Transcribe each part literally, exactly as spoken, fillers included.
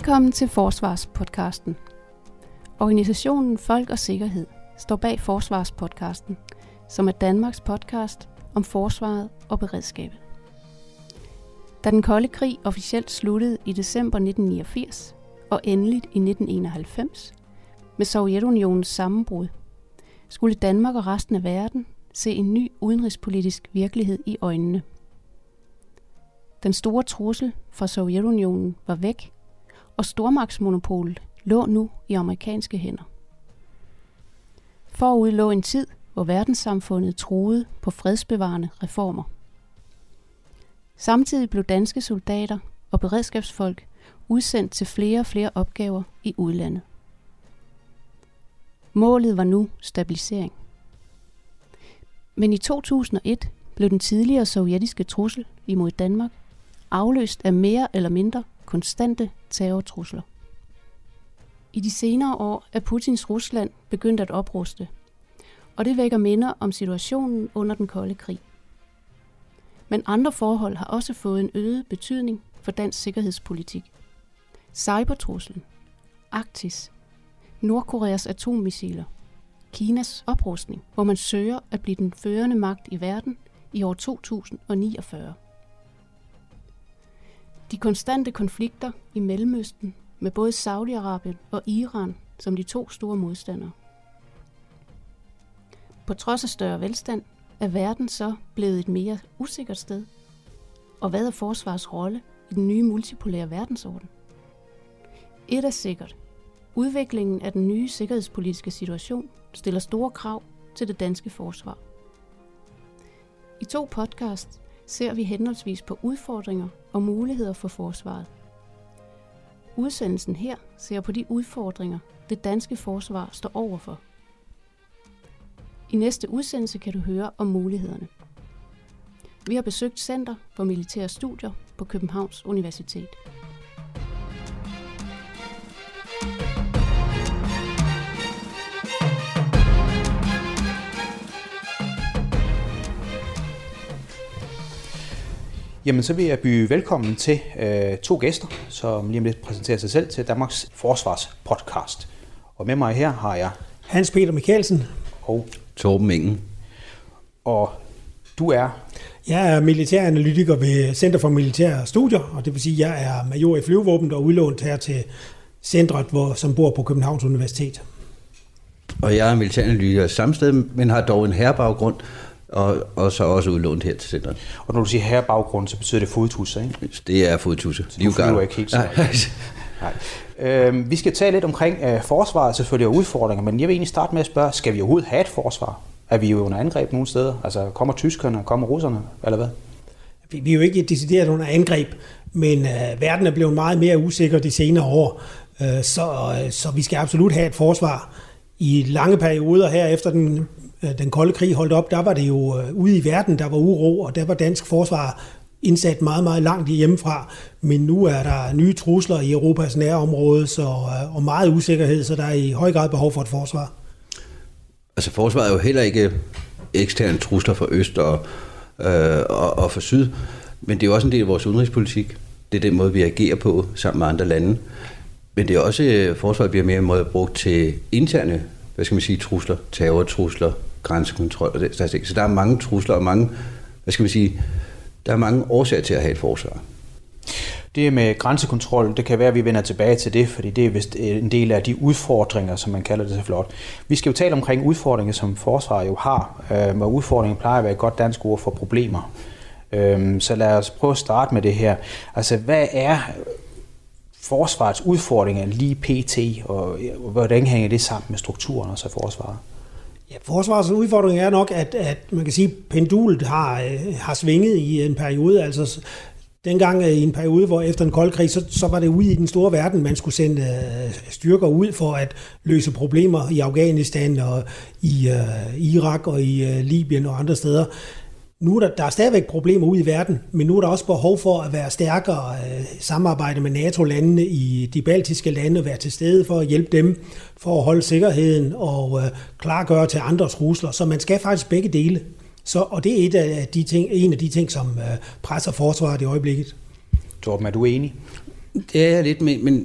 Velkommen til Forsvarspodcasten. Organisationen Folk og Sikkerhed står bag Forsvarspodcasten, som er Danmarks podcast om forsvaret og beredskabet. Da den kolde krig officielt sluttede i december nitten niogfirs og endeligt i nitten enoghalvfems med Sovjetunionens sammenbrud, skulle Danmark og resten af verden se en ny udenrigspolitisk virkelighed i øjnene. Den store trussel fra Sovjetunionen var væk, og stormagtsmonopolet lå nu i amerikanske hænder. Forud lå en tid, hvor verdenssamfundet troede på fredsbevarende reformer. Samtidig blev danske soldater og beredskabsfolk udsendt til flere og flere opgaver i udlandet. Målet var nu stabilisering. Men i to tusind og et blev den tidligere sovjetiske trussel imod Danmark afløst af mere eller mindre konstante terrortrusler. I de senere år er Putins Rusland begyndt at opruste, og det vækker minder om situationen under den kolde krig. Men andre forhold har også fået en øget betydning for dansk sikkerhedspolitik. Cybertruslen, Arktis, Nordkoreas atommissiler, Kinas oprustning, hvor man søger at blive den førende magt i verden i år to tusind og niogfyrre. De konstante konflikter i Mellemøsten med både Saudi-Arabien og Iran som de to store modstandere. På trods af større velstand er verden så blevet et mere usikkert sted. Og hvad er forsvarets rolle i den nye multipolære verdensorden? Et er sikkert. Udviklingen af den nye sikkerhedspolitiske situation stiller store krav til det danske forsvar. I to podcasts ser vi henholdsvis på udfordringer og muligheder for forsvaret. Udsendelsen her ser på de udfordringer, det danske forsvar står overfor. I næste udsendelse kan du høre om mulighederne. Vi har besøgt Center for Militære Studier på Københavns Universitet. Jamen, så vil jeg byde velkommen til øh, to gæster, som lige om lidt præsenterer sig selv til Danmarks Forsvarspodcast. Og med mig her har jeg Hans Peter Michaelsen og Torben Engen. Og du er? Jeg er militæranalytiker ved Center for Militære Studier, og det vil sige, at jeg er major i flyvevåbnet og udlånt her til centret, hvor, som bor på Københavns Universitet. Og jeg er militæranalytiker samme sted, men har dog en herrebaggrund, og, og så også udlånt her til centret. Og når du siger herrebaggrund, så betyder det fodtusse, ikke? Det er fodtusse. Så du flyver ikke helt så. Nej. Øhm, vi skal tale lidt omkring øh, forsvaret selvfølgelig og udfordringer, men jeg vil egentlig starte med at spørge, skal vi overhovedet have et forsvar? Er vi jo under angreb nogle steder? Altså kommer tyskerne, kommer russerne, eller hvad? Vi, vi er jo ikke decideret under angreb, men øh, verden er blevet meget mere usikker de senere år, øh, så, øh, så vi skal absolut have et forsvar. I lange perioder her efter den, øh, den kolde krig holdt op, der var det jo øh, ude i verden, der var uro, og der var dansk forsvar indsat meget, meget langt hjemmefra, men nu er der nye trusler i Europas nærområde så, og meget usikkerhed, så der er i høj grad behov for et forsvar. Altså forsvaret er jo heller ikke eksterne trusler fra øst og, øh, og, og fra syd, men det er jo også en del af vores udenrigspolitik. Det er den måde, vi agerer på sammen med andre lande. Men det er også, forsvaret bliver mere en måde brugt til interne, hvad skal man sige, trusler, terrortrusler, grænsekontrol og det. Så der er mange trusler og mange, hvad skal man sige, der er mange årsager til at have et forsvar. Det med grænsekontrol, det kan være, at vi vender tilbage til det, fordi det er vist en del af de udfordringer, som man kalder det så flot. Vi skal jo tale omkring udfordringer, som forsvaret jo har, og udfordringer plejer at være et godt dansk ord for problemer. Så lad os prøve at starte med det her. Altså, hvad er forsvarets udfordringer lige pt, og hvordan hænger det sammen med strukturen og så forsvaret? Ja, forsvarets udfordring er nok, at, at man kan sige, at pendulet har, har svinget i en periode. Altså dengang i en periode, hvor efter en kold krig, så, så var det ude i den store verden, man skulle sende styrker ud for at løse problemer i Afghanistan og i uh, Irak og i uh, Libyen og andre steder. Nu er der, der er stadigvæk problemer ude i verden, men nu er der også behov for at være stærkere øh, samarbejde med NATO-landene i de baltiske lande, være til stede for at hjælpe dem, for at holde sikkerheden og øh, klargøre til andre trusler. Så man skal faktisk begge dele. Så, og det er et af de ting, en af de ting, som øh, presser forsvaret i øjeblikket. Torben, er du enig? Det er jeg lidt, men, men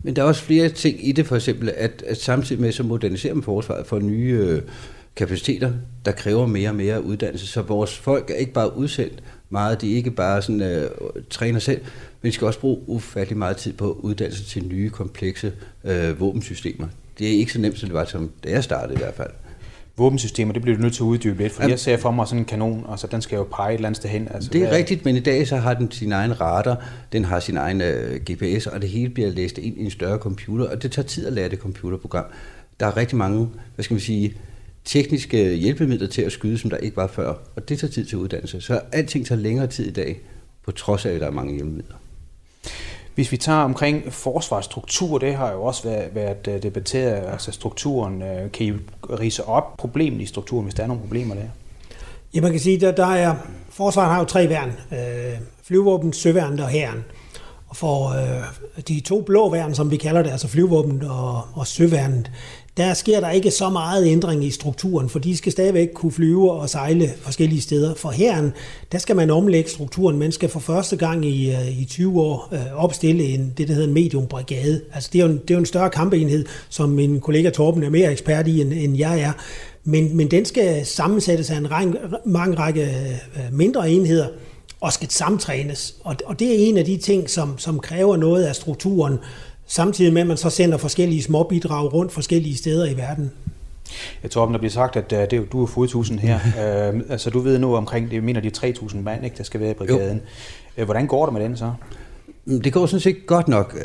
Men der er også flere ting i det, for eksempel, at, at samtidig med, så moderniserer man forsvaret for nye øh, kapaciteter, der kræver mere og mere uddannelse. Så vores folk er ikke bare udsendt meget, de er ikke bare sådan, øh, træner selv, men de skal også bruge ufattelig meget tid på uddannelse til nye, komplekse øh, våbensystemer. Det er ikke så nemt, som det var, som da jeg startede i hvert fald. Våbensystemer, det bliver du nødt til at uddybe lidt, for ja. Jeg ser for mig sådan en kanon, altså den skal jo pege et eller andet sted hen. Altså, det er hvad... rigtigt, men i dag så har den sin egen radar, den har sin egen øh, G P S, og det hele bliver læst ind i en større computer, og det tager tid at lære det computerprogram. Der er rigtig mange, hvad skal man sige, tekniske hjælpemidler til at skyde, som der ikke var før, og det tager tid til uddannelse. Så alting tager længere tid i dag, på trods af, at der er mange hjælpemidler. Hvis vi tager omkring forsvarsstruktur, det har jo også været, været debatteret, altså strukturen. Kan I ridse op problemet i strukturen, hvis der er nogle problemer der? Ja, man kan sige, der, der er, forsvaret har jo tre værn. Øh, flyvåbnet, søværnet og hæren. Og for øh, de to blå værn, som vi kalder det, altså flyvåbnet og, og søværnet, der sker der ikke så meget ændring i strukturen, for de skal stadigvæk kunne flyve og sejle forskellige steder. For hæren, der skal man omlægge strukturen. Man skal for første gang i, i tyve år opstille en, det, der hedder en mediumbrigade. Altså det er, jo en, det er jo en større kampenhed, som min kollega Torben er mere ekspert i, end, end jeg er. Men, men den skal sammensættes af en række, mange række mindre enheder og skal samtrænes. Og, og det er en af de ting, som, som kræver noget af strukturen, samtidig med, at man så sender forskellige småbidrag rundt forskellige steder i verden. Jeg tror, der bliver sagt, at det er, du er fodtusind her. uh, altså, du ved nu omkring, det mener de tre tusind mand, ikke, der skal være i brigaden. Jo. Hvordan går det med den så? Det går sådan set godt nok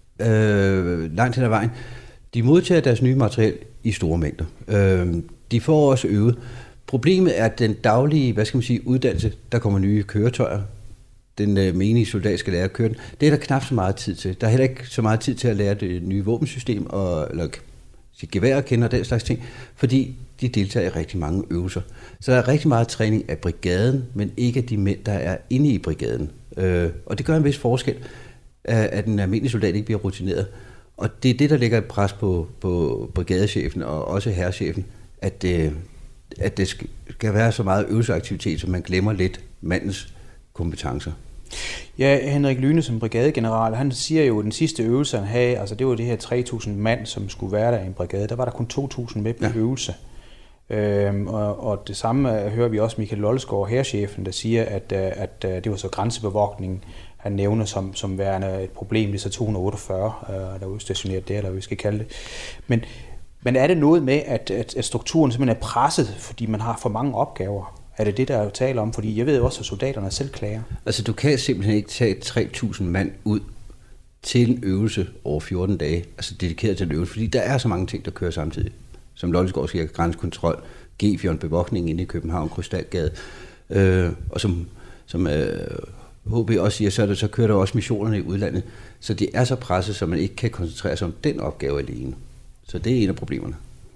øh, langt hen ad vejen. De modtager deres nye materiel i store mængder. Øh, de får også øvet. Problemet er, at den daglige, hvad skal man sige, uddannelse, der kommer nye køretøjer, den øh, menige soldat skal lære at køre den, det er der knap så meget tid til. Der er heller ikke så meget tid til at lære det nye våbensystem, og, eller gevær at kende og den slags ting, fordi de deltager i rigtig mange øvelser. Så der er rigtig meget træning af brigaden, men ikke af de mænd, der er inde i brigaden. Øh, og det gør en vis forskel, at den almindelige soldat ikke bliver rutineret. Og det er det, der lægger et pres på, på brigadechefen og også herrechefen, at, øh, at det skal være så meget øvelseaktivitet, så man glemmer lidt mandens kompetencer. Ja, Henrik Lyne som brigadegeneral, han siger jo, at den sidste øvelse, han havde, altså det var det her tre tusind mand, som skulle være der i en brigade, der var der kun to tusind med på ja. øvelse. Øhm, og, og det samme hører vi også Michael Lollesgaard, hærchefen, der siger, at, at, at det var så grænsebevogtningen, han nævner som, som værende et problem, det er så to hundrede og otteogfyrre, øh, der er udstationeret der, eller hvad vi skal kalde det. Men, men er det noget med, at, at, at strukturen simpelthen er presset, fordi man har for mange opgaver? Er det det, der er tale om? Fordi jeg ved også, at soldaterne selv klager. Altså, du kan simpelthen ikke tage tre tusind mand ud til en øvelse over fjorten dage, altså dedikeret til en øvelse, fordi der er så mange ting, der kører samtidig. Som Lollesgaard siger, grænsekontrol, G fjorten bevogtning inde i København, Krystalgade, øh, og som, som øh, H B også siger, så, der, så kører der også missionerne i udlandet. Så de er så presset, så man ikke kan koncentrere sig om den opgave alene. Så det er en af problemerne.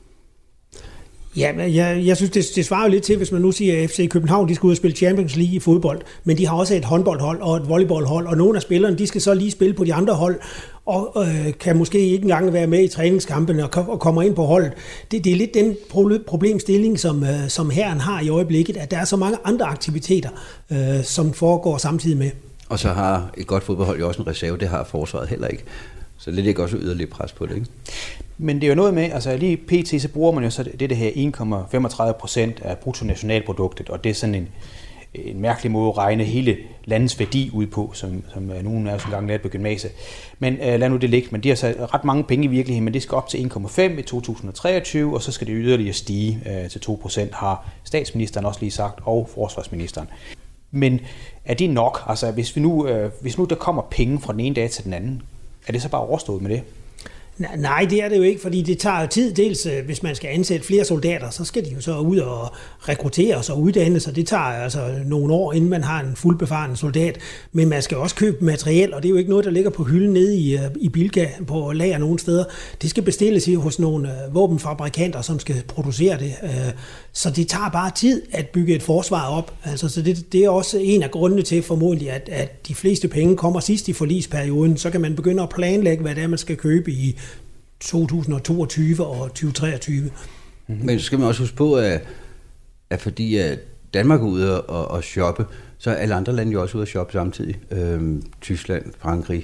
Ja, jeg, jeg synes, det, det svarer jo lidt til, hvis man nu siger, at F C København, de skal ud og spille Champions League i fodbold, men de har også et håndboldhold og et volleyballhold, og nogle af spillerne, de skal så lige spille på de andre hold, og øh, kan måske ikke engang være med i træningskampene og, og kommer ind på holdet. Det, det er lidt den problemstilling, som, øh, som hæren har i øjeblikket, at der er så mange andre aktiviteter, øh, som foregår samtidig med. Og så har et godt fodboldhold jo også en reserve, det har forsvaret heller ikke. Så det ligger også yderligere pres på det, ikke? Men det er jo noget med, altså lige pt. Så bruger man jo så det, det her en komma femogtredive procent af bruttonationalproduktet, og det er sådan en, en mærkelig måde at regne hele landets værdi ud på, som, som nogen af os engang lærte på gymnasiet. Men uh, lad nu det ligge, men de har så ret mange penge i virkeligheden, men det skal op til en komma fem i to tusind og treogtyve, og så skal det yderligere stige uh, til to procent, har statsministeren også lige sagt, og forsvarsministeren. Men er det nok? Altså hvis, vi nu, uh, hvis nu der kommer penge fra den ene dag til den anden, er det så bare overstået med det? Nej, det er det jo ikke, fordi det tager tid. Dels hvis man skal ansætte flere soldater, så skal de jo så ud og rekruttere sig og uddanne sig. Det tager altså nogle år, inden man har en fuldbefaren soldat. Men man skal også købe materiel, og det er jo ikke noget, der ligger på hylden nede i, i Bilka på lager nogle steder. Det skal bestilles hos nogle våbenfabrikanter, som skal producere det. Så det tager bare tid at bygge et forsvar op. Altså, så det, det er også en af grundene til formodentlig, at, at de fleste penge kommer sidst i forligsperioden. Så kan man begynde at planlægge, hvad det er, man skal købe i to tusind og toogtyve og tyve treogtyve. Mm-hmm. Men så skal man også huske på, at, at fordi at Danmark er ude og, og shoppe, så er alle andre lande jo også ude at shoppe samtidig. Øhm, Tyskland, Frankrig,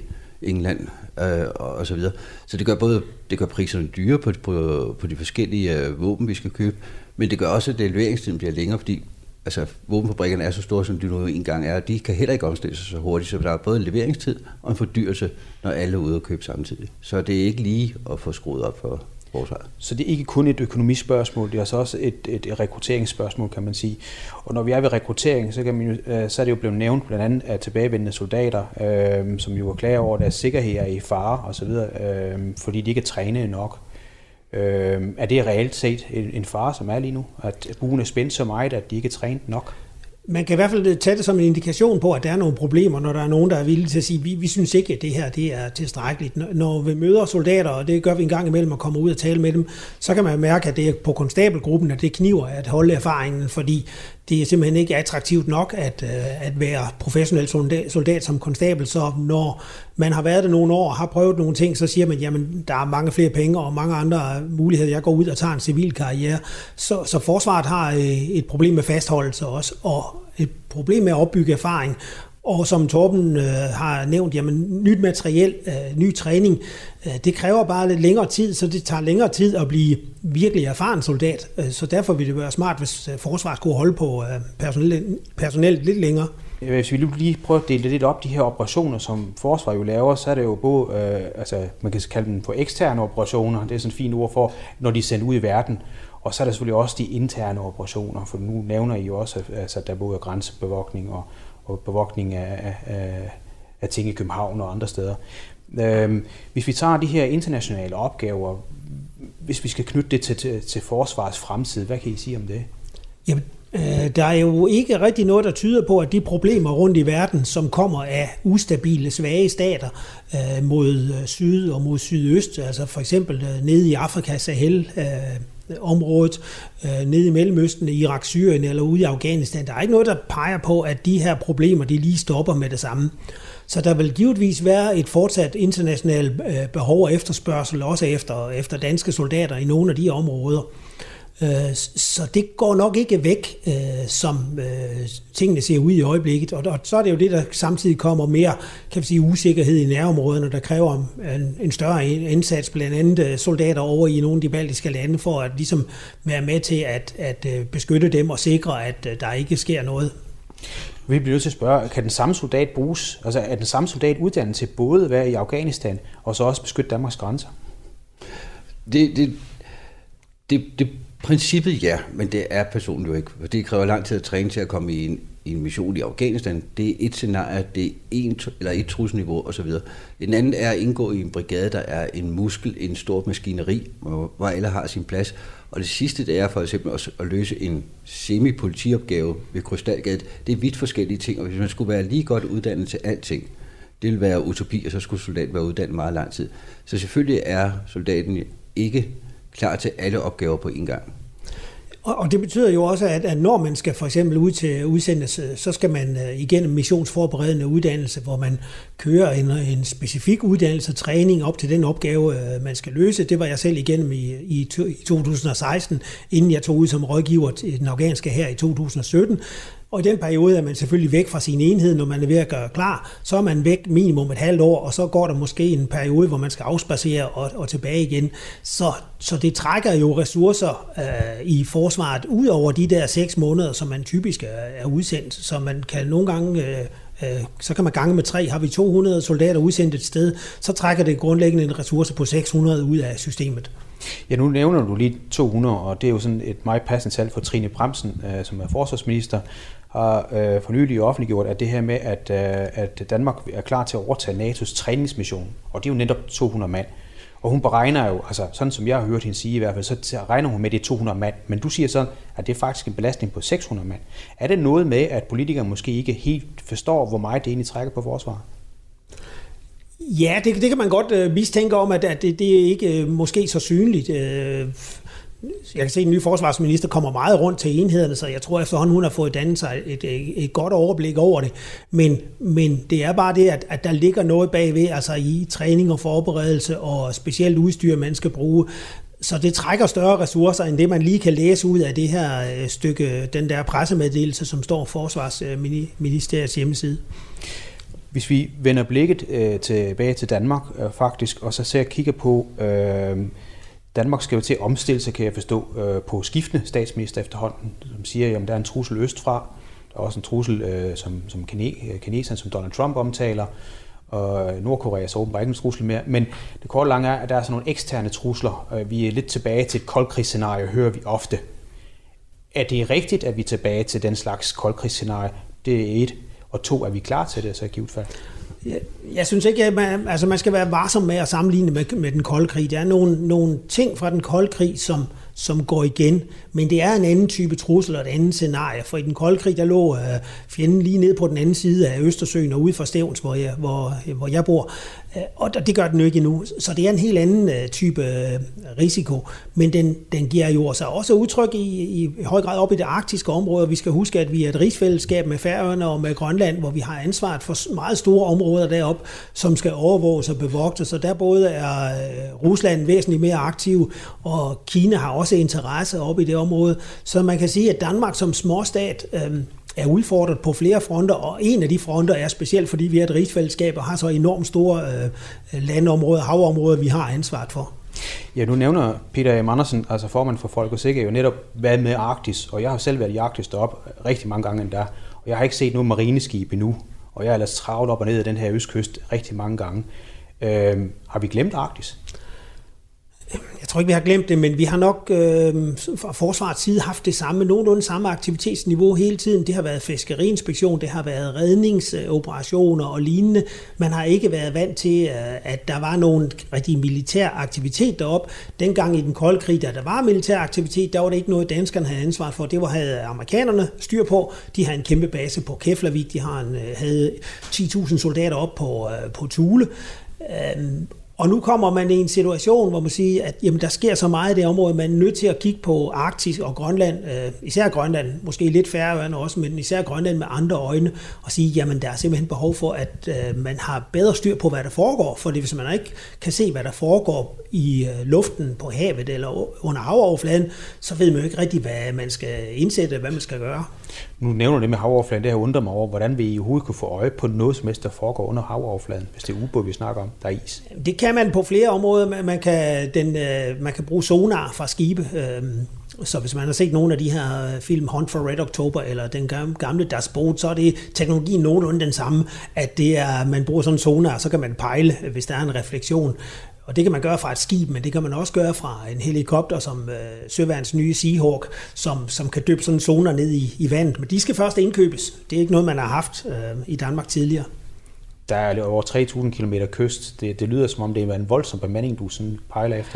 England øh, og så videre. Så det gør både det gør priserne dyre på, på, på de forskellige øh, våben, vi skal købe, men det gør også, at leveringstiden bliver længere, fordi altså, våbenfabrikkerne er så store, som de nu engang er, de kan heller ikke omstille sig så hurtigt, så der er både en leveringstid og en fordyrelse, når alle er ude og købe samtidig. Så det er ikke lige at få skruet op for forsvaret. Så det er ikke kun et økonomispørgsmål, det er også et, et, et rekrutteringsspørgsmål, kan man sige. Og når vi er ved rekruttering, så, kan man jo, så er det jo blevet nævnt blandt andet af tilbagevendende soldater, øh, som jo er klar over, at deres sikkerhed er i fare osv., øh, fordi de ikke er trænet nok. Øh, er det reelt set en, en fare, som er lige nu? At buen er spændt så meget, at de ikke er trænet nok? Man kan i hvert fald tage det som en indikation på, at der er nogle problemer, når der er nogen, der er villige til at sige, vi, vi synes ikke, at det her det er tilstrækkeligt. Når vi møder soldater, og det gør vi en gang imellem og kommer ud og tale med dem, så kan man mærke, at det er på konstabelgruppen, at det kniver at holde erfaringen, fordi det er simpelthen ikke attraktivt nok at, at være professionel soldat, soldat som konstabel. Så når man har været der nogle år og har prøvet nogle ting, så siger man, jamen der er mange flere penge og mange andre muligheder. Jeg går ud og tager en civil karriere. Så, så forsvaret har et problem med fastholdelse også, og et problem med at opbygge erfaring. Og som Torben øh, har nævnt, jamen nyt materiel, øh, ny træning, øh, det kræver bare lidt længere tid, så det tager længere tid at blive virkelig erfaren soldat. Øh, så derfor vil det være smart, hvis øh, forsvaret skulle holde på øh, personellet personel lidt længere. Hvis vi lige prøver at dele det lidt op, de her operationer, som forsvaret jo laver, så er det jo både, øh, altså man kan kalde dem for eksterne operationer, det er sådan et fint ord for, når de er sendt ud i verden. Og så er der selvfølgelig også de interne operationer, for nu nævner I jo også, at altså, der både er grænsebevogtning og og bevogtning af, af, af ting i København og andre steder. Øhm, hvis vi tager de her internationale opgaver, hvis vi skal knytte det til, til, til forsvarets fremtid, hvad kan I sige om det? Jamen, øh, der er jo ikke rigtig noget, der tyder på, at de problemer rundt i verden, som kommer af ustabile, svage stater øh, mod syd og mod sydøst, altså for eksempel øh, nede i Afrika, Sahel, øh, området, øh, nede i Mellemøsten, Irak, Syrien eller ude i Afghanistan. Der er ikke noget, der peger på, at de her problemer, de lige stopper med det samme. Så der vil givetvis være et fortsat internationalt øh, behov og efterspørgsel, også efter, efter danske soldater i nogle af de områder. Øh, så det går nok ikke væk, øh, som øh, tingene ser ud i øjeblikket. Og, og så er det jo det, der samtidig kommer mere, kan vi sige, usikkerhed i nærområderne, der kræver en, en større indsats, blandt andet soldater over i nogle af de baltiske lande, for at ligesom være med til at, at beskytte dem og sikre, at der ikke sker noget. Vi bliver nødt til at spørge, kan den samme soldat bruges, altså er den samme soldat uddannet til både at være i Afghanistan og så også beskytte Danmarks grænser? Det, det, det, det princippet ja, men det er personligt jo ikke. For det kræver lang tid at træne til at komme i en, i en mission i Afghanistan. Det er et scenarie, det er en, eller et trusselsniveau osv. En anden er at indgå i en brigade, der er en muskel, en stor maskineri, hvor alle har sin plads. Og det sidste, det er for eksempel at løse en semi-politiopgave ved Krystalgade. Det er vidt forskellige ting, og hvis man skulle være lige godt uddannet til alting, det ville være utopi, og så skulle soldaten være uddannet meget lang tid. Så selvfølgelig er soldaten ikke klar til alle opgaver på en gang. Og det betyder jo også, at når man skal for eksempel ud til udsendelse, så skal man igennem missionsforberedende uddannelse, hvor man kører en, en specifik uddannelse og træning op til den opgave, man skal løse. Det var jeg selv igennem i, i to tusind og seksten, inden jeg tog ud som rådgiver til den afghanske hær i to tusind og sytten. Og i den periode er man selvfølgelig væk fra sin enhed, når man er ved at gøre klar. Så er man væk minimum et halvt år, og så går der måske en periode, hvor man skal afspacere og, og tilbage igen. Så, så det trækker jo ressourcer øh, i forsvaret ud over de der seks måneder, som man typisk er, er udsendt. Så man kan nogle gange, øh, øh, så kan man gange med tre. Har vi to hundrede soldater udsendt et sted, så trækker det grundlæggende en ressource på seks hundrede ud af systemet. Ja, nu nævner du lige to hundrede, og det er jo sådan et meget passende tal for Trine Bramsen, øh, som er forsvarsminister, har øh, for nylig offentliggjort, at det her med, at, øh, at Danmark er klar til at overtage N A T O's træningsmission, og det er jo netop to hundrede mand. Og hun beregner jo, altså sådan som jeg har hørt hende sige i hvert fald, så regner hun med det to hundrede mand, men du siger sådan, at det er faktisk en belastning på seks hundrede mand. Er det noget med, at politikere måske ikke helt forstår, hvor meget det egentlig trækker på forsvaret? Ja, det, det kan man godt øh, mistænke om, at, at det, det er ikke øh, måske så synligt. Øh, jeg kan se, at den nye forsvarsminister kommer meget rundt til enhederne, så jeg tror efterhånden, hun har fået dannet sig et, et, et godt overblik over det. Men, men det er bare det, at, at der ligger noget bagved, altså i træning og forberedelse og specielt udstyr, man skal bruge. Så det trækker større ressourcer, end det man lige kan læse ud af det her stykke, den der pressemeddelelse, som står på Forsvarsministeriets hjemmeside. Hvis vi vender blikket øh, tilbage til Danmark øh, faktisk, og så ser kigger på, øh, Danmark skal jo til at omstille sig, kan jeg forstå, øh, på skiftende statsminister efterhånden, som siger, at der er en trussel østfra. Der er også en trussel, øh, som, som kineserne, som Donald Trump omtaler, og Nordkorea er så åbenbart ikke en trussel mere. Men det korte lange er, at der er sådan nogle eksterne trusler. Vi er lidt tilbage til et koldkrigsscenarie, hører vi ofte. Er det rigtigt, at vi er tilbage til den slags koldkrigsscenarie? Det er et. Og to, er vi klar til det, så i givet fald? Jeg, jeg synes ikke, at man, altså man skal være varsom med at sammenligne med, med den kolde krig. Der er nogle, nogle ting fra den kolde krig, som, som går igen, men det er en anden type trussel og et andet scenarie. For i den kolde krig, der lå uh, fjenden lige nede på den anden side af Østersøen og ude for Stevns, hvor jeg, hvor, hvor jeg bor. Uh, og det gør den jo ikke endnu. Så det er en helt anden uh, type uh, risiko. Men den, den giver jo sig også udtryk i, i høj grad op i det arktiske område. Vi skal huske, at vi er et rigsfællesskab med Færøerne og med Grønland, hvor vi har ansvaret for meget store områder deroppe, som skal overvåges og bevogtes. Så der både er uh, Rusland væsentligt mere aktiv, og Kina har også interesse oppe i det område. Så man kan sige, at Danmark som småstat øh, er udfordret på flere fronter, og en af de fronter er specielt, fordi vi er et rigsfællesskab og har så enormt store øh, landområder, havområder, vi har ansvaret for. Ja, nu nævner Peter M. Andersen, altså formand for Folk og Sikkerhed, jo netop været med Arktis, og jeg har selv været i Arktis deroppe rigtig mange gange endda, og jeg har ikke set noget marineskib endnu, og jeg har ellers travlt op og ned af den her østkyst rigtig mange gange. Øh, har vi glemt Arktis? Jeg tror ikke, vi har glemt det, men vi har nok øh, fra forsvarets side haft det samme, nogenlunde samme aktivitetsniveau hele tiden. Det har været fiskeriinspektion, det har været redningsoperationer og lignende. Man har ikke været vant til, at der var nogen rigtig militær aktivitet deroppe. Dengang i den kolde krig, da der var militær aktivitet, der var det ikke noget, danskerne havde ansvar for. Det var havde amerikanerne styr på. De har en kæmpe base på Keflavik, de har en, havde ti tusind soldater op på, på Thule. Og nu kommer man i en situation, hvor man siger, at jamen, der sker så meget i det område, man er nødt til at kigge på Arktis og Grønland, øh, især Grønland, måske lidt Færøerne også, men især Grønland med andre øjne, og sige, jamen der er simpelthen behov for, at øh, man har bedre styr på, hvad der foregår, for hvis man ikke kan se, hvad der foregår i øh, luften, på havet eller under havoverfladen, så ved man jo ikke rigtig, hvad man skal indsætte, hvad man skal gøre. Nu nævner det med havoverfladen, det har undret mig over, hvordan vi i hovedet kunne få øje på noget som helst, der foregår under havoverfladen, hvis det er ubåd, vi snakker om, der er is. Det kan man på flere områder. Man kan, den, man kan bruge sonar fra skibe. Så hvis man har set nogle af de her film, Hunt for Red October, eller den gamle Das Boot, så er det teknologien nogenlunde den samme, at det er, man bruger sådan en sonar, så kan man pejle, hvis der er en refleksion. Og det kan man gøre fra et skib, men det kan man også gøre fra en helikopter, som øh, Søværns nye Seahawk, som, som kan dyppe sådan zoner ned i, i vandet. Men de skal først indkøbes. Det er ikke noget, man har haft øh, i Danmark tidligere. Der er over tre tusind kilometer kyst. Det, det lyder som om, det er en voldsom bemanding, du sådan pejler efter.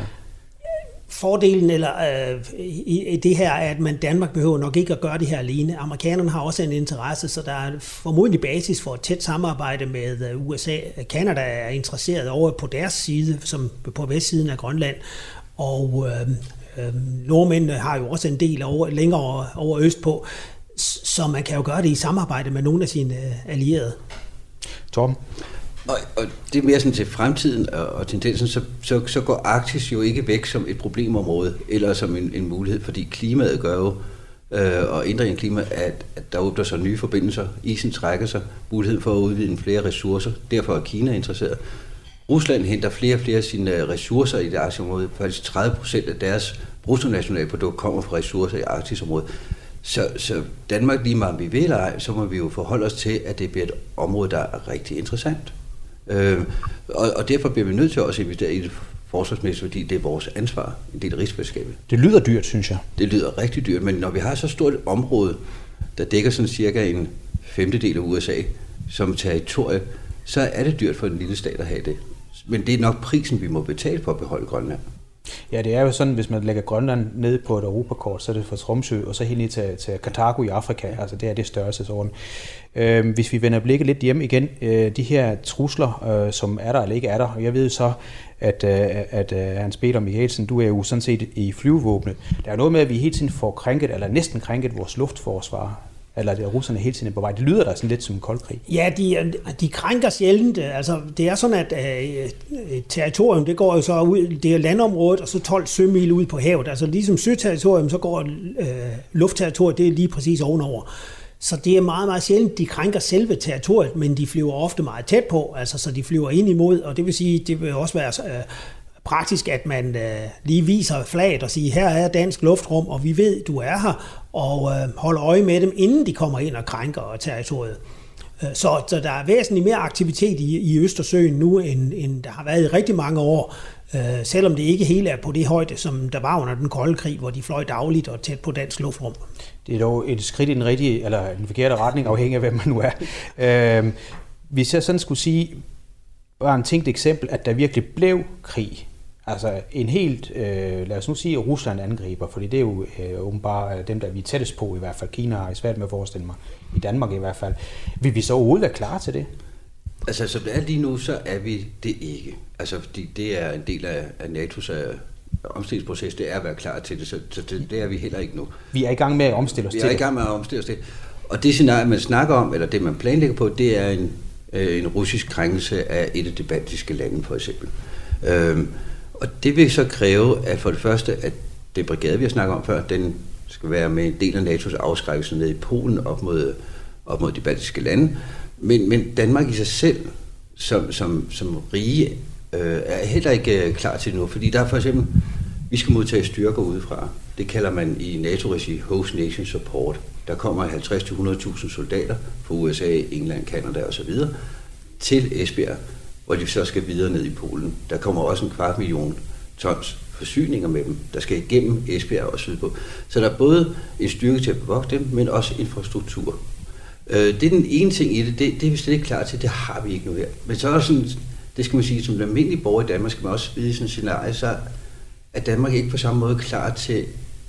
Fordelen eller, øh, i, i det her er, at man Danmark behøver nok ikke at gøre det her alene. Amerikanerne har også en interesse, så der er formodentlig basis for et tæt samarbejde med U S A. Canada er interesseret over på deres side, som på vestsiden af Grønland. Og øh, øh, nordmændene har jo også en del over, længere over øst på, så man kan jo gøre det i samarbejde med nogle af sine allierede. Torben? Og, og det er mere sådan til fremtiden og, og tendensen, så, så, så går Arktis jo ikke væk som et problemområde, eller som en, en mulighed, fordi klimaet gør jo, øh, og ændringen af klimaet, at, at der åbner sig nye forbindelser, isen trækker sig, mulighed for at udvide flere ressourcer, derfor er Kina interesseret. Rusland henter flere og flere af sine ressourcer i det arktiske område, faktisk tredive procent af deres bruttonationalprodukt kommer fra ressourcer i Arktisområdet. Så, så Danmark, lige meget om vi vil eller ej, så må vi jo forholde os til, at det bliver et område, der er rigtig interessant. Øh, og, og derfor bliver vi nødt til også at investere i det forsvarsmæssigt, fordi det er vores ansvar, en del af rigsfællesskabet. Det lyder dyrt, synes jeg. Det lyder rigtig dyrt, men når vi har så stort et område, der dækker sådan cirka en femtedel af U S A som territorie, så er det dyrt for en lille stat at have det. Men det er nok prisen, vi må betale for at beholde Grønland. Ja, det er jo sådan, hvis man lægger Grønland ned på et europakort, så er det fra Tromsø, og så helt ned til, til Karthago i Afrika, altså det er det størrelsesorden. Øh, hvis vi vender blikket lidt hjem igen, øh, de her trusler, øh, som er der eller ikke er der, og jeg ved så, at, øh, at øh, Hans Peter Michelsen, du er jo sådan set i flyvevåbnet. Der er noget med, at vi hele tiden får krænket, eller næsten krænket vores luftforsvar, eller at russerne hele tiden er på vej. Det lyder da sådan lidt som en kold krig. Ja, de, de krænker sjældent. Altså, det er sådan, at øh, territorium, det går jo så ud, det er landområdet, og så tolv sømil ud på havet. Altså ligesom søterritorium, så går øh, luftterritoriet, det er lige præcis ovenover. Så det er meget, meget sjældent, de krænker selve territoriet, men de flyver ofte meget tæt på, altså så de flyver ind imod, og det vil sige, det vil også være øh, praktisk, at man øh, lige viser flaget og siger, her er dansk luftrum, og vi ved, du er her, og øh, holder øje med dem, inden de kommer ind og krænker territoriet. Så, så der er væsentligt mere aktivitet i, i Østersøen nu, end, end der har været i rigtig mange år, øh, selvom det ikke helt er på det højde, som der var under den kolde krig, hvor de fløj dagligt og tæt på dansk luftrum. Det er dog et skridt i den rigtige, eller den forkerte retning, afhængig af, hvem man nu er. Øh, hvis jeg sådan skulle sige, bare en tænkt eksempel, at der virkelig blev krig, altså en helt, øh, lad os nu sige, at Rusland angriber, fordi det er jo øh, åbenbart dem, der vi er tættest på i hvert fald. Kina har jeg svært med at forestille mig, i Danmark i hvert fald. Vil vi så overhovedet være klar til det? Altså, som det er lige nu, så er vi det ikke. Altså, fordi det er en del af, af N A T O's uh, omstillingsproces, det er at være klar til det, så, så det, det er vi heller ikke nu. Vi er i gang med at omstille os vi til det. Vi er i gang med at omstille os til det. Og det scenarie, man snakker om, eller det man planlægger på, det er en, øh, en russisk krænkelse af et af de baltiske lande, for eksempel. Øhm, Og det vil så kræve, at for det første, at det brigade, vi har snakket om før, den skal være med en del af N A T O's afskrækkelse ned i Polen op mod, op mod de baltiske lande. Men, men Danmark i sig selv, som, som, som rige, øh, er heller ikke øh, klar til det nu. Fordi der er for eksempel, vi skal modtage styrker udefra. Det kalder man i NATO-regi Host Nation Support. Der kommer halvtreds til hundrede tusind soldater fra U S A, England, Canada osv. til Esbjerg, hvor de så skal videre ned i Polen. Der kommer også en kvart million tons forsyninger med dem, der skal igennem Esbjerg og sydpå. Så der er både en styrke til at bevogte dem, men også infrastruktur. Det er den ene ting i det, det, det er vi slet ikke klar til, det har vi ikke nu her. Men så er der sådan, det skal man sige, som den almindelige borger i Danmark, skal man også vide i sådan et scenarie, så er Danmark ikke på samme måde klar til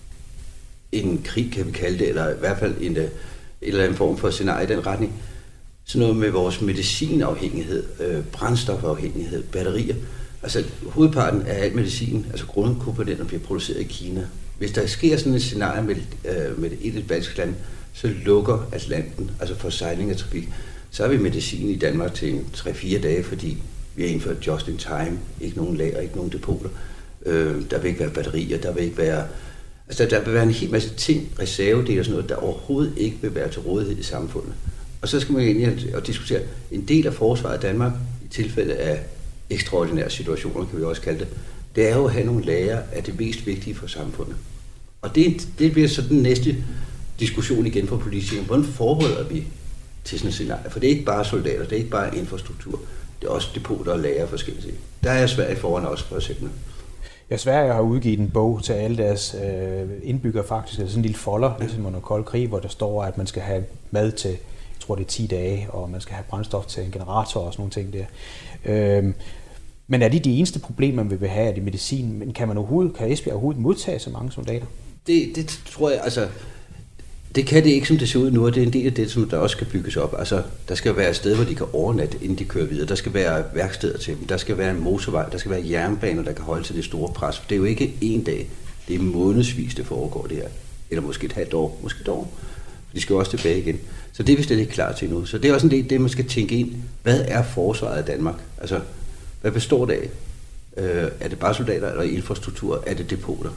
en krig, kan vi kalde det, eller i hvert fald en, en eller anden form for scenarie i den retning. Sådan noget med vores medicinafhængighed, øh, brændstofafhængighed, batterier. Altså hovedparten af al medicin, altså grundkomponenter, bliver produceret i Kina. Hvis der sker sådan et scenarie med, øh, med et af de baltiske lande, så lukker Atlanten, altså for sejling af trafik. Så har vi medicin i Danmark til tre til fire dage, fordi vi har indført just in time, ikke nogen lager, ikke nogen depoter. Øh, der vil ikke være batterier, der vil ikke være... Altså der vil være en hel masse ting, reservedele og sådan noget, der overhovedet ikke vil være til rådighed i samfundet. Og så skal man ind og diskutere en del af forsvaret af Danmark, i tilfælde af ekstraordinære situationer, kan vi også kalde det, det er jo at have nogle lager af det mest vigtige for samfundet. Og det, det bliver så den næste diskussion igen for politikere. Hvordan forbereder vi til sådan et scenarie? For det er ikke bare soldater, det er ikke bare infrastruktur, det er også depoter og lager forskellige. Der er Sverige foran også, for eksempel. Ja, Sverige har udgivet en bog til alle deres øh, indbyggere faktisk, altså sådan en lille folder, ja. Ligesom under kold krig, hvor der står, at man skal have mad til, jeg tror det er ti dage, og man skal have brændstof til en generator og sådan nogle ting der. Øhm, men er det de eneste problemer, man vil have af det medicin? Men kan man overhovedet, kan Esbjerg overhovedet modtage så mange soldater? Det, det tror jeg, altså, det kan det ikke, som det ser ud nu, og det er en del af det, som der også skal bygges op. Altså, der skal være et sted, hvor de kan overnatte, inden de kører videre. Der skal være værksteder til dem, der skal være en motorvej, der skal være jernbaner, der kan holde til det store pres. Det er jo ikke en dag, det er månedsvis, det foregår det her. Eller måske et halvt år, måske et år. De skal jo også tilbage igen. Så det er vi slet ikke klar til nu. Så det er også en del det, man skal tænke ind. Hvad er forsvaret af Danmark? Altså, hvad består det af? Øh, er det bare soldater eller infrastruktur? Er det depoter?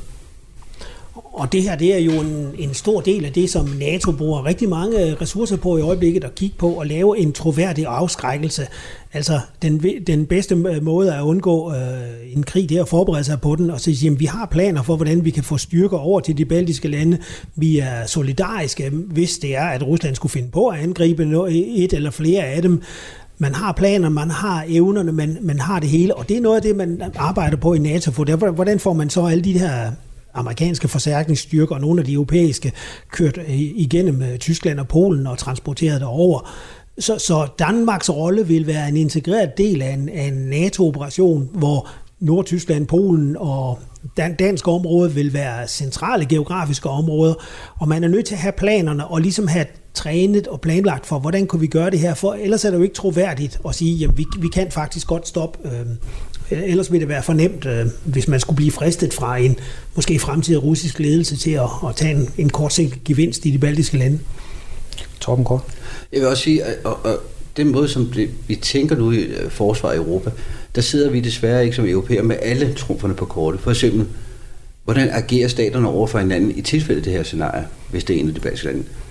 Og det her, det er jo en, en stor del af det, som NATO bruger rigtig mange ressourcer på i øjeblikket at kigge på og lave en troværdig afskrækkelse. Altså, den, den bedste måde at undgå øh, en krig, det er at forberede sig på den og sige, at vi har planer for, hvordan vi kan få styrker over til de baltiske lande. Vi er solidariske, hvis det er, at Rusland skulle finde på at angribe et eller flere af dem. Man har planer, man har evnerne, man, man har det hele, og det er noget af det, man arbejder på i NATO. For hvordan får man så alle de her amerikanske forstærkningsstyrker og nogle af de europæiske kørt igennem Tyskland og Polen og transporteret derover? Så, så Danmarks rolle vil være en integreret del af en, af en NATO-operation, hvor Nordtyskland, Polen og dan- dansk område vil være centrale geografiske områder, og man er nødt til at have planerne og ligesom have trænet og planlagt for, hvordan kunne vi gøre det her, for ellers er det jo ikke troværdigt at sige, at vi, vi kan faktisk godt stoppe. Øh, ellers vil det være for nemt, øh, hvis man skulle blive fristet fra en måske fremtidig russisk ledelse til at, at tage en, en kortsigtet gevinst i de baltiske lande. Torben Kort. Jeg vil også sige, at og, og den måde, som vi tænker nu i forsvar i Europa, der sidder vi desværre ikke som europæer med alle trumferne på kortet. For eksempel, hvordan agerer staterne over for hinanden i tilfælde af det her scenarie, hvis det er en af de baltiske lande?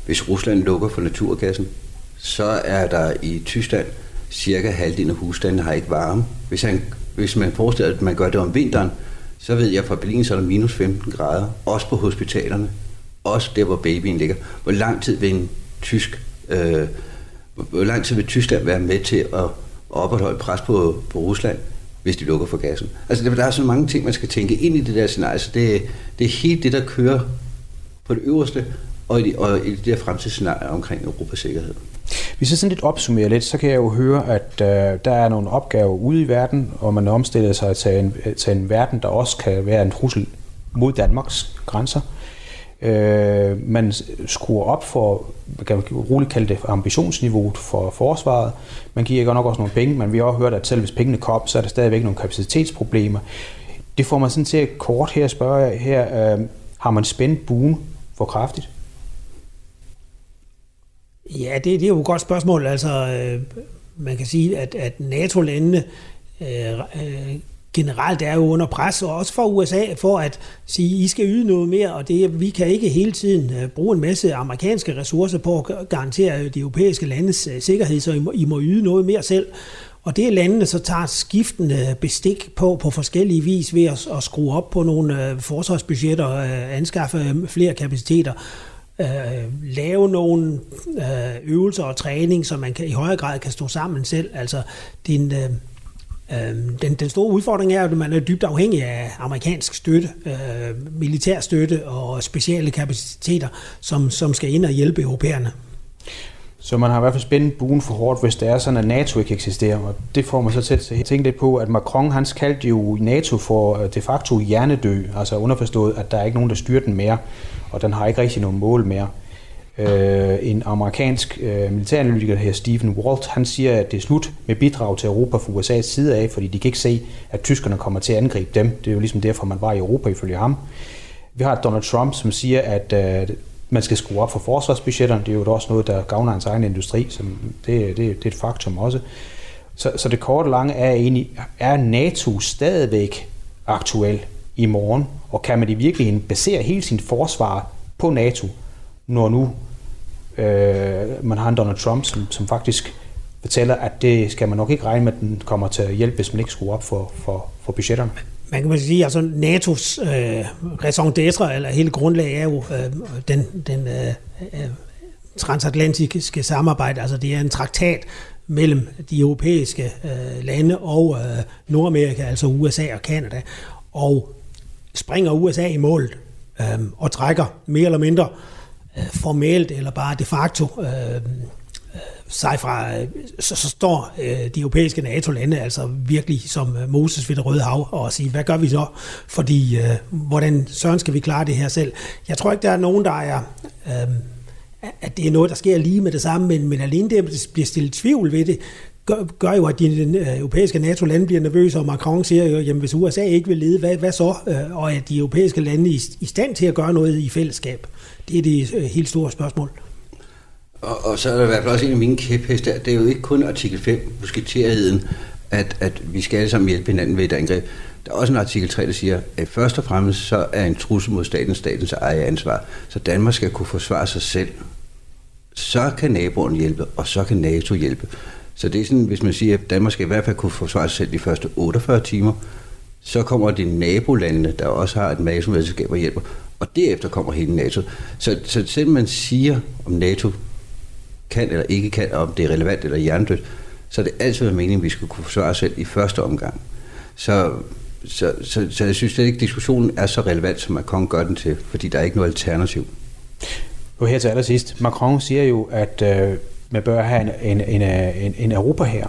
Hvis Rusland lukker for naturgassen, så er der i Tyskland cirka halvdelen af husstandene har ikke varme. Hvis, han, hvis man forestiller, at man gør det om vinteren, så ved jeg fra Berlin, så er der minus femten grader. Også på hospitalerne. Også der, hvor babyen ligger. Hvor lang tid vil en tysk... Øh, hvor lang tid vil Tyskland være med til at opretholde pres på, på Rusland, hvis de lukker for gassen? Altså, der er så mange ting, man skal tænke ind i det der scenarie. Så det, det er helt det, der kører på det øverste, og i, og i det der fremtidsscenarie omkring Europas sikkerhed. Hvis jeg sådan lidt opsummerer lidt, så kan jeg jo høre, at øh, der er nogle opgaver ude i verden, og man omstiller sig til en, til en verden, der også kan være en trussel mod Danmarks grænser. Øh, man skruer op for, man kan roligt kalde det ambitionsniveauet for forsvaret. Man giver godt nok også nogle penge, men vi har også hørt, at selv hvis pengene kommer, så er der stadigvæk nogle kapacitetsproblemer. Det får man sådan til kort her at spørge her, øh, har man spændt buen for kraftigt? Ja, det, det er jo et godt spørgsmål. Altså, øh, man kan sige, at, at NATO-landene øh, øh, generelt er jo under pres, og også for U S A, for at sige, I skal yde noget mere, og det, vi kan ikke hele tiden øh, bruge en masse amerikanske ressourcer på at garantere de europæiske landes øh, sikkerhed, så I må, I må yde noget mere selv. Og det er landene så tager skiftende bestik på, på forskellige vis ved at, at skrue op på nogle øh, forsvarsbudgetter, øh, anskaffe flere kapaciteter, øh, lave nogle øh, øvelser og træning, så man kan, i højere grad kan stå sammen selv. Altså, den, øh, øh, den, den store udfordring er, at man er dybt afhængig af amerikansk støtte, øh, militær støtte og specielle kapaciteter, som, som skal ind og hjælpe europæerne. Så man har i hvert fald spændt buen for hårdt, hvis det er sådan, at NATO ikke eksisterer. Og det får man så til at tænke lidt på, at Macron, han kaldte jo NATO for de facto hjernedød. Altså underforstået, at der er ikke nogen, der styrer den mere, og den har ikke rigtig nogen mål mere. Øh, en amerikansk øh, militæranalytiker, der hedder Stephen Walt, han siger, at det er slut med bidrag til Europa fra U S A's side af, fordi de kan ikke se, at tyskerne kommer til at angribe dem. Det er jo ligesom derfor, man var i Europa ifølge ham. Vi har Donald Trump, som siger, at øh, man skal skrue op for forsvarsbudgetterne. Det er jo også noget, der gavner hans egen industri. Som det, det, det er et faktum også. Så, så det korte lange er egentlig, er NATO stadigvæk aktuel i morgen? Og kan man i virkeligheden basere hele sin forsvar på NATO, når nu øh, man har en Donald Trump, som, som faktisk fortæller, at det skal man nok ikke regne med, at den kommer til at hjælpe, hvis man ikke skruer op for, for, for budgetterne? Man kan sige, at altså, N A T O's øh, raison d'être, eller hele grundlag, er jo øh, den, den øh, øh, transatlantiske samarbejde. Altså det er en traktat mellem de europæiske øh, lande og øh, Nordamerika, altså U S A og Canada. Og springer U S A i målet øh, og trækker mere eller mindre øh, formelt eller bare de facto øh, sig fra, så, så står øh, de europæiske NATO-lande altså virkelig som øh, Moses ved det Røde Hav og siger, hvad gør vi så? Fordi, øh, hvordan søren skal vi klare det her selv? Jeg tror ikke, der er nogen, der er, øh, at det er noget, der sker lige med det samme, men, men alene det, at det bliver stillet tvivl ved det, gør, gør jo, at de europæiske NATO-lande bliver nervøse, og Macron siger jo, jamen hvis U S A ikke vil lede, hvad, hvad så? Øh, og at de europæiske lande er i, i stand til at gøre noget i fællesskab. Det er det øh, helt store spørgsmål. Og, og så er der i hvert fald også en af mine kæpheste, det er jo ikke kun artikel fem, musketerheden, at, at vi skal alle sammen hjælpe hinanden ved et angreb. Der er også en artikel tre, der siger, at først og fremmest så er en trussel mod staten statens eget ansvar, så Danmark skal kunne forsvare sig selv. Så kan naboen hjælpe, og så kan NATO hjælpe. Så det er sådan, hvis man siger, at Danmark skal i hvert fald kunne forsvare sig selv de første otteogfyrre timer, så kommer de nabolandene, der også har et NATO-medlemskab og hjælper, og derefter kommer hele NATO. Så, så selv man siger om NATO kan eller ikke kan, om det er relevant eller hjernedødt, så er det altid været meningen, at vi skal kunne forsvare os selv i første omgang. Så, så, så, så jeg synes slet ikke, at diskussionen er så relevant, som Macron gør den til, fordi der er ikke noget alternativ. Og her til allersidst, Macron siger jo, at øh, man bør have en, en, en, en, en Europa her.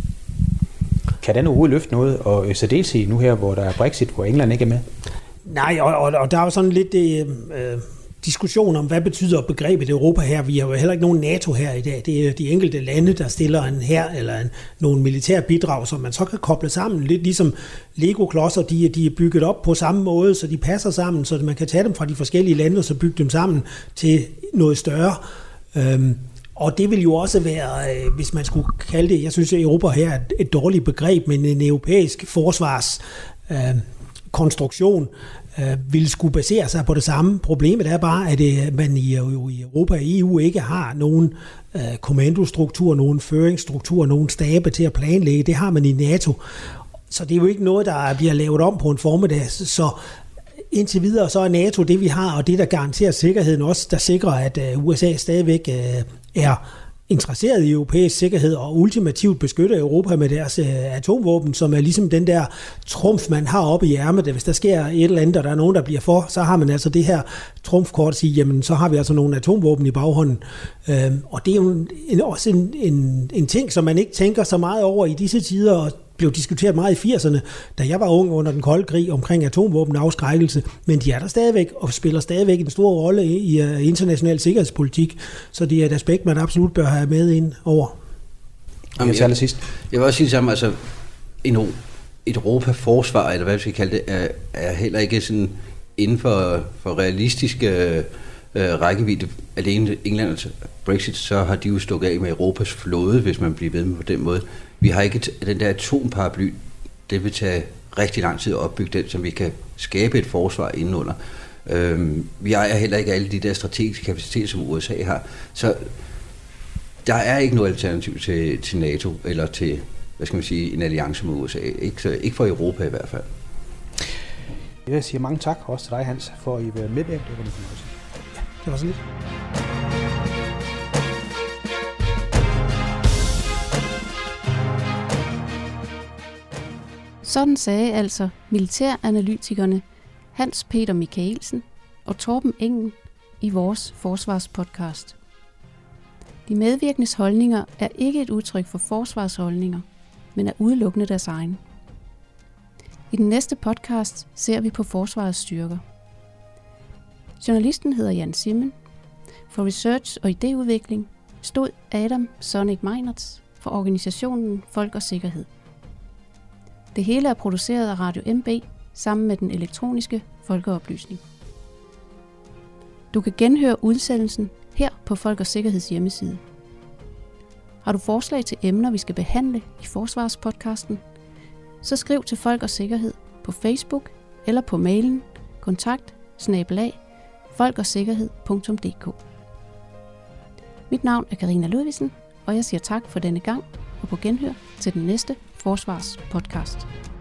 Kan den overhovedet løfte noget, og særdeleshed nu her, hvor der er Brexit, hvor England ikke er med? Nej, og, og, og der er jo sådan lidt det... Øh, diskussion om, hvad betyder begrebet Europa her. Vi har jo heller ikke nogen NATO her i dag. Det er de enkelte lande, der stiller en hær eller en, nogle militære bidrag, som man så kan koble sammen. Lidt ligesom Lego-klodser, de, de er bygget op på samme måde, så de passer sammen, så man kan tage dem fra de forskellige lande, og så bygge dem sammen til noget større. Øhm, og det vil jo også være, øh, hvis man skulle kalde det, jeg synes, at Europa her er et, et dårligt begreb, men en europæisk forsvars øh, konstruktion øh, ville skulle basere sig på det samme. Problemet er bare, at øh, man i, jo, i Europa og E U ikke har nogen øh, kommandostruktur, nogen føringsstruktur, nogen stabe til at planlægge. Det har man i NATO. Så det er jo ikke noget, der bliver lavet om på en formiddag. Så indtil videre så er NATO det, vi har, og det, der garanterer sikkerheden også, der sikrer, at øh, U S A stadigvæk øh, er interesseret i europæisk sikkerhed og ultimativt beskytter Europa med deres øh, atomvåben, som er ligesom den der trumf, man har oppe i ærmet. Hvis der sker et eller andet, og der er nogen, der bliver for, så har man altså det her trumfkort at sige, jamen så har vi altså nogle atomvåben i baghånden. Øhm, og det er jo en, også en, en, en ting, som man ikke tænker så meget over i disse tider, og blev diskuteret meget i firserne, da jeg var ung under den kolde krig omkring atomvåben og afskrækkelse, men de er der stadigvæk og spiller stadigvæk en stor rolle i uh, international sikkerhedspolitik, så det er et aspekt, man absolut bør have med ind over. Jamen, jeg, jeg, jeg vil også sige det samme, altså en, et Europa-forsvar, eller hvad vi skal kalde det, er, er heller ikke sådan inden for, for realistiske øh, rækkevidde. Alene England og Brexit, så har de jo stukket af med Europas flåde, hvis man bliver ved med på den måde. Vi har ikke den der atomparaply, det vil tage rigtig lang tid at opbygge den, så vi kan skabe et forsvar indenunder. Øhm, vi ejer heller ikke alle de der strategiske kapaciteter, som U S A har. Så der er ikke noget alternativ til, til NATO, eller til, hvad skal man sige, en alliance med U S A. Ikke, så, ikke for Europa i hvert fald. Jeg siger mange tak også til dig, Hans, for at I var medvirket. Det var en fornøjelse. Ja, det var så lidt. Sådan sagde altså militæranalytikerne Hans Peter Michaelsen og Torben Engen i vores forsvarspodcast. De medvirkendes holdninger er ikke et udtryk for forsvarsholdninger, men er udelukkende deres egen. I den næste podcast ser vi på forsvarets styrker. Journalisten hedder Jan Simmen. For research og idéudvikling stod Adam Sonic Meinertz for organisationen Folk og Sikkerhed. Det hele er produceret af Radio M B sammen med den elektroniske folkeoplysning. Du kan genhøre udsendelsen her på Folk og Sikkerheds hjemmeside. Har du forslag til emner, vi skal behandle i Forsvarspodcasten, så skriv til Folk og Sikkerhed på Facebook eller på mailen kontakt bindestreg folkogsikkerhed punktum d k. Mit navn er Karina Ludvigsen, og jeg siger tak for denne gang og på genhør til den næste Forsvarspodcast.